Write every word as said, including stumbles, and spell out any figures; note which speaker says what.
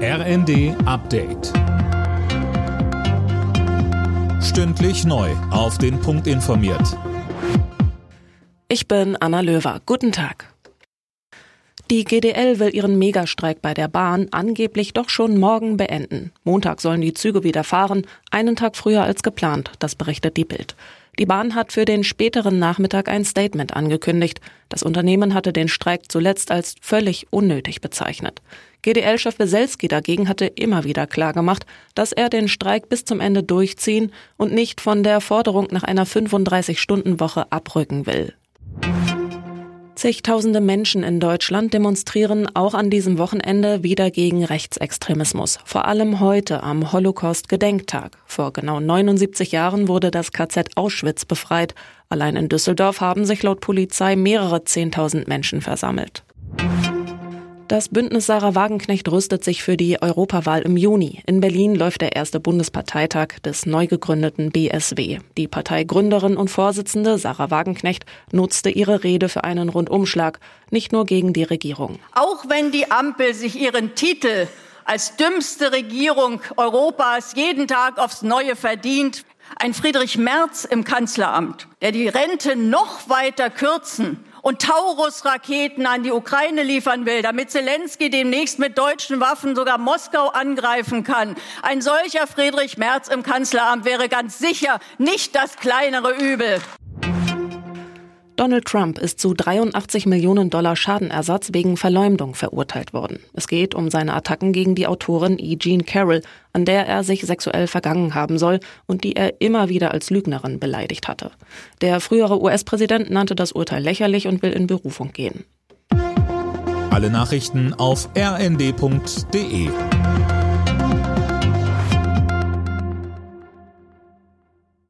Speaker 1: R N D Update. Stündlich neu auf den Punkt informiert.
Speaker 2: Ich bin Anna Löwer. Guten Tag. Die G D L will ihren Megastreik bei der Bahn angeblich doch schon morgen beenden. Montag sollen die Züge wieder fahren, einen Tag früher als geplant, das berichtet die Bild. Die Bahn hat für den späteren Nachmittag ein Statement angekündigt. Das Unternehmen hatte den Streik zuletzt als völlig unnötig bezeichnet. G D L-Chef Weselski dagegen hatte immer wieder klargemacht, dass er den Streik bis zum Ende durchziehen und nicht von der Forderung nach einer fünfunddreißig-Stunden-Woche abrücken will. Zigtausende Menschen in Deutschland demonstrieren auch an diesem Wochenende wieder gegen Rechtsextremismus. Vor allem heute am Holocaust-Gedenktag. Vor genau neunundsiebzig Jahren wurde das K Z Auschwitz befreit. Allein in Düsseldorf haben sich laut Polizei mehrere Zehntausend Menschen versammelt. Das Bündnis Sarah Wagenknecht rüstet sich für die Europawahl im Juni. In Berlin läuft der erste Bundesparteitag des neu gegründeten B S W. Die Parteigründerin und Vorsitzende Sarah Wagenknecht nutzte ihre Rede für einen Rundumschlag, nicht nur gegen die Regierung.
Speaker 3: Auch wenn die Ampel sich ihren Titel als dümmste Regierung Europas jeden Tag aufs Neue verdient, ein Friedrich Merz im Kanzleramt, der die Rente noch weiter kürzen und Taurus-Raketen an die Ukraine liefern will, damit Zelensky demnächst mit deutschen Waffen sogar Moskau angreifen kann. Ein solcher Friedrich Merz im Kanzleramt wäre ganz sicher nicht das kleinere Übel.
Speaker 2: Donald Trump ist zu dreiundachtzig Millionen Dollar Schadenersatz wegen Verleumdung verurteilt worden. Es geht um seine Attacken gegen die Autorin E. Jean Carroll, an der er sich sexuell vergangen haben soll und die er immer wieder als Lügnerin beleidigt hatte. Der frühere U S-Präsident nannte das Urteil lächerlich und will in Berufung gehen.
Speaker 1: Alle Nachrichten auf r n d punkt d e.